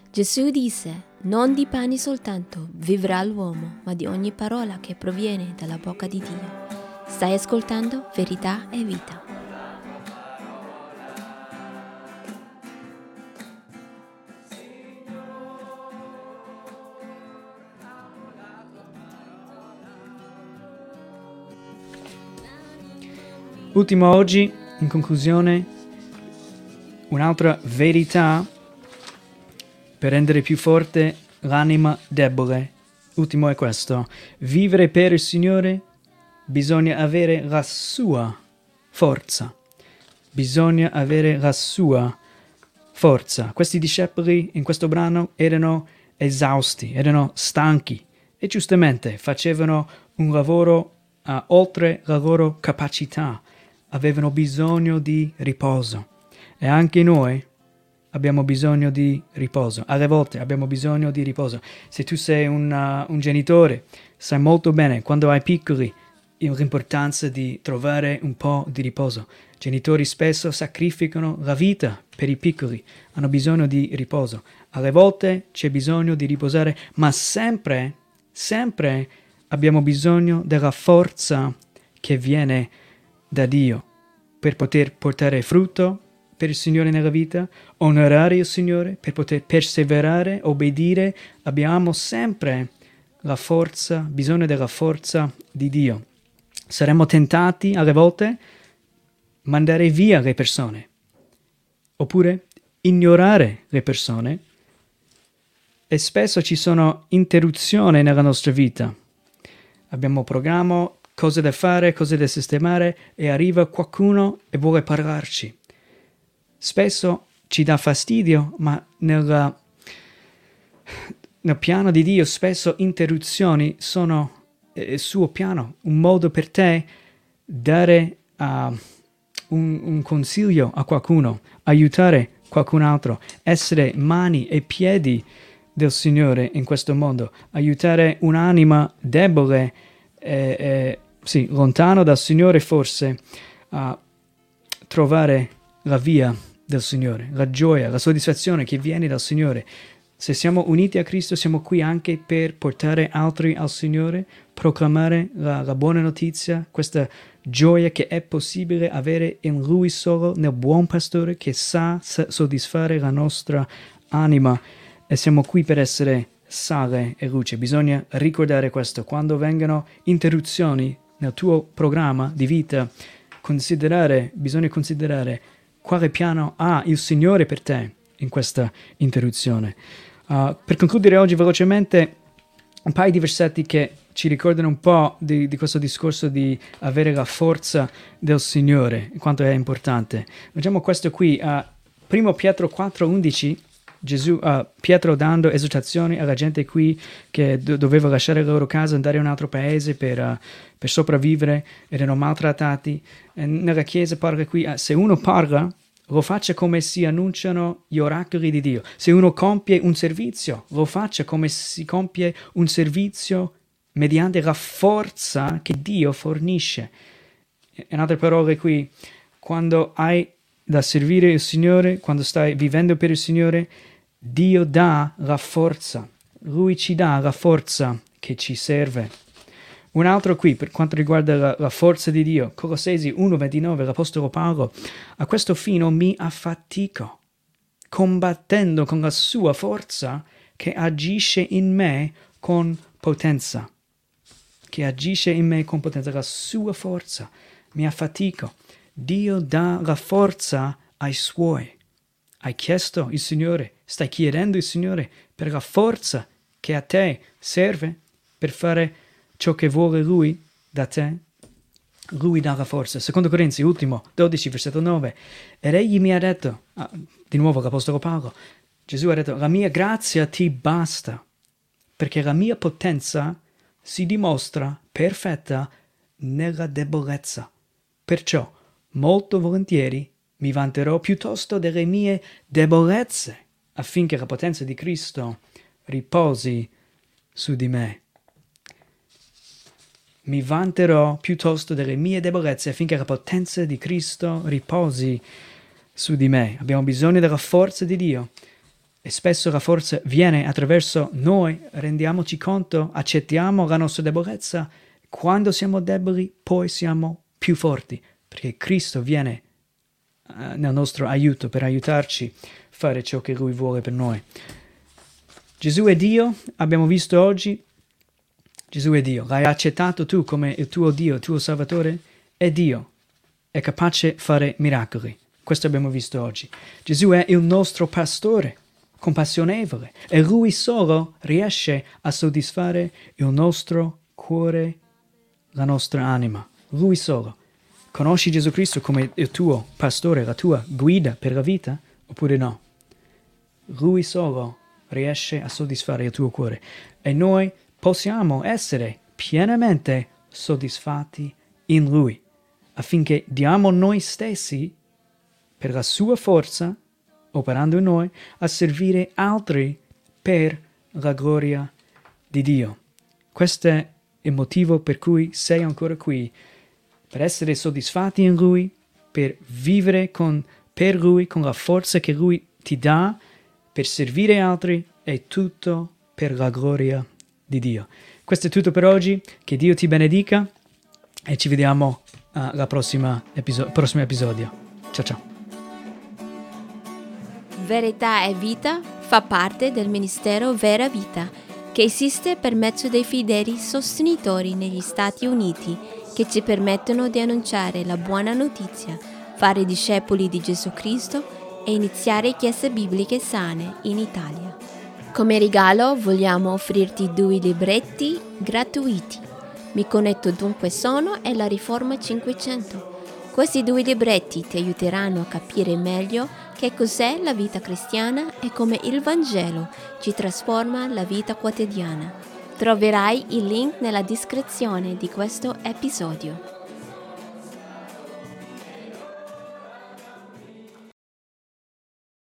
Gesù disse: non di pane soltanto vivrà l'uomo, ma di ogni parola che proviene dalla bocca di Dio. Stai ascoltando Verità e Vita. Ultimo oggi, in conclusione, un'altra verità per rendere più forte l'anima debole. Ultimo è questo: vivere per il Signore bisogna avere la sua forza. Bisogna avere la sua forza. Questi discepoli in questo brano erano esausti, erano stanchi e giustamente facevano un lavoro oltre la loro capacità. Avevano bisogno di riposo e anche noi abbiamo bisogno di riposo. Alle volte abbiamo bisogno di riposo. Se tu sei un genitore, sai molto bene quando hai piccoli l'importanza di trovare un po' di riposo. Genitori spesso sacrificano la vita per i piccoli, hanno bisogno di riposo. Alle volte c'è bisogno di riposare, ma sempre abbiamo bisogno della forza che viene da Dio per poter portare frutto per il Signore nella vita, onorare il Signore, per poter perseverare, obbedire. Abbiamo sempre la forza, bisogno della forza di Dio. Saremmo tentati alle volte mandare via le persone, oppure ignorare le persone, e spesso ci sono interruzioni nella nostra vita. Abbiamo programma, cose da fare, cose da sistemare, e arriva qualcuno e vuole parlarci. Spesso ci dà fastidio, ma nel piano di Dio spesso interruzioni sono il suo piano, un modo per te dare un consiglio a qualcuno, aiutare qualcun altro, essere mani e piedi del Signore in questo mondo, aiutare un'anima debole, lontano dal Signore forse, a trovare la via del Signore, la gioia, la soddisfazione che viene dal Signore. Se siamo uniti a Cristo, siamo qui anche per portare altri al Signore, proclamare la buona notizia, questa gioia che è possibile avere in Lui solo, nel buon pastore che sa soddisfare la nostra anima. E siamo qui per essere sale e luce. Bisogna ricordare questo. Quando vengono interruzioni nel tuo programma di vita, bisogna considerare quale piano ha il Signore per te in questa interruzione. Per concludere oggi velocemente un paio di versetti che ci ricordano un po' di questo discorso di avere la forza del Signore, quanto è importante. Leggiamo questo qui, 1 Pietro 4,11, Pietro dando esortazioni alla gente qui che doveva lasciare la loro casa, andare in un altro paese per sopravvivere, erano maltrattati. Nella chiesa parla qui, se uno parla, lo faccia come si annunciano gli oracoli di Dio. Se uno compie un servizio, lo faccia come si compie un servizio mediante la forza che Dio fornisce. In altre parole qui, quando hai da servire il Signore, quando stai vivendo per il Signore, Dio dà la forza. Lui ci dà la forza che ci serve. Un altro qui, per quanto riguarda la forza di Dio, Colossesi 1,29, l'Apostolo Paolo: a questo fine mi affatico, combattendo con la sua forza che agisce in me con potenza. Che agisce in me con potenza, la sua forza, mi affatico. Dio dà la forza ai suoi. Hai chiesto il Signore, stai chiedendo il Signore per la forza che a te serve per fare ciò che vuole Lui da te. Lui dà la forza. Secondo Corinzi, ultimo, 12, versetto 9. Ed egli mi ha detto, di nuovo l'Apostolo Paolo, Gesù ha detto: la mia grazia ti basta, perché la mia potenza si dimostra perfetta nella debolezza. Perciò, molto volentieri, mi vanterò piuttosto delle mie debolezze, affinché la potenza di Cristo riposi su di me. Mi vanterò piuttosto delle mie debolezze affinché la potenza di Cristo riposi su di me. Abbiamo bisogno della forza di Dio E spesso la forza viene attraverso noi, rendiamoci conto, accettiamo la nostra debolezza. Quando siamo deboli, poi siamo più forti, perché Cristo viene nel nostro aiuto per aiutarci a fare ciò che Lui vuole per noi. Gesù è Dio, abbiamo visto oggi. Gesù è Dio, l'hai accettato tu come il tuo Dio, il tuo Salvatore? È Dio, è capace di fare miracoli. Questo abbiamo visto oggi. Gesù è il nostro pastore, compassionevole, e Lui solo riesce a soddisfare il nostro cuore, la nostra anima. Lui solo. Conosci Gesù Cristo come il tuo pastore, la tua guida per la vita? Oppure no? Lui solo riesce a soddisfare il tuo cuore. E noi possiamo essere pienamente soddisfatti in Lui, affinché diamo noi stessi, per la sua forza, operando in noi, a servire altri per la gloria di Dio. Questo è il motivo per cui sei ancora qui, per essere soddisfatti in Lui, per vivere per Lui, con la forza che Lui ti dà, per servire altri, è tutto per la gloria di Dio. Questo è tutto per oggi, che Dio ti benedica e ci vediamo al prossimo episodio. Ciao ciao. Verità e Vita fa parte del ministero Vera Vita, che esiste per mezzo dei fedeli sostenitori negli Stati Uniti, che ci permettono di annunciare la buona notizia, fare discepoli di Gesù Cristo e iniziare chiese bibliche sane in Italia. Come regalo vogliamo offrirti 2 libretti gratuiti. Mi connetto dunque sono e la Riforma 500. Questi 2 libretti ti aiuteranno a capire meglio che cos'è la vita cristiana e come il Vangelo ci trasforma la vita quotidiana. Troverai il link nella descrizione di questo episodio.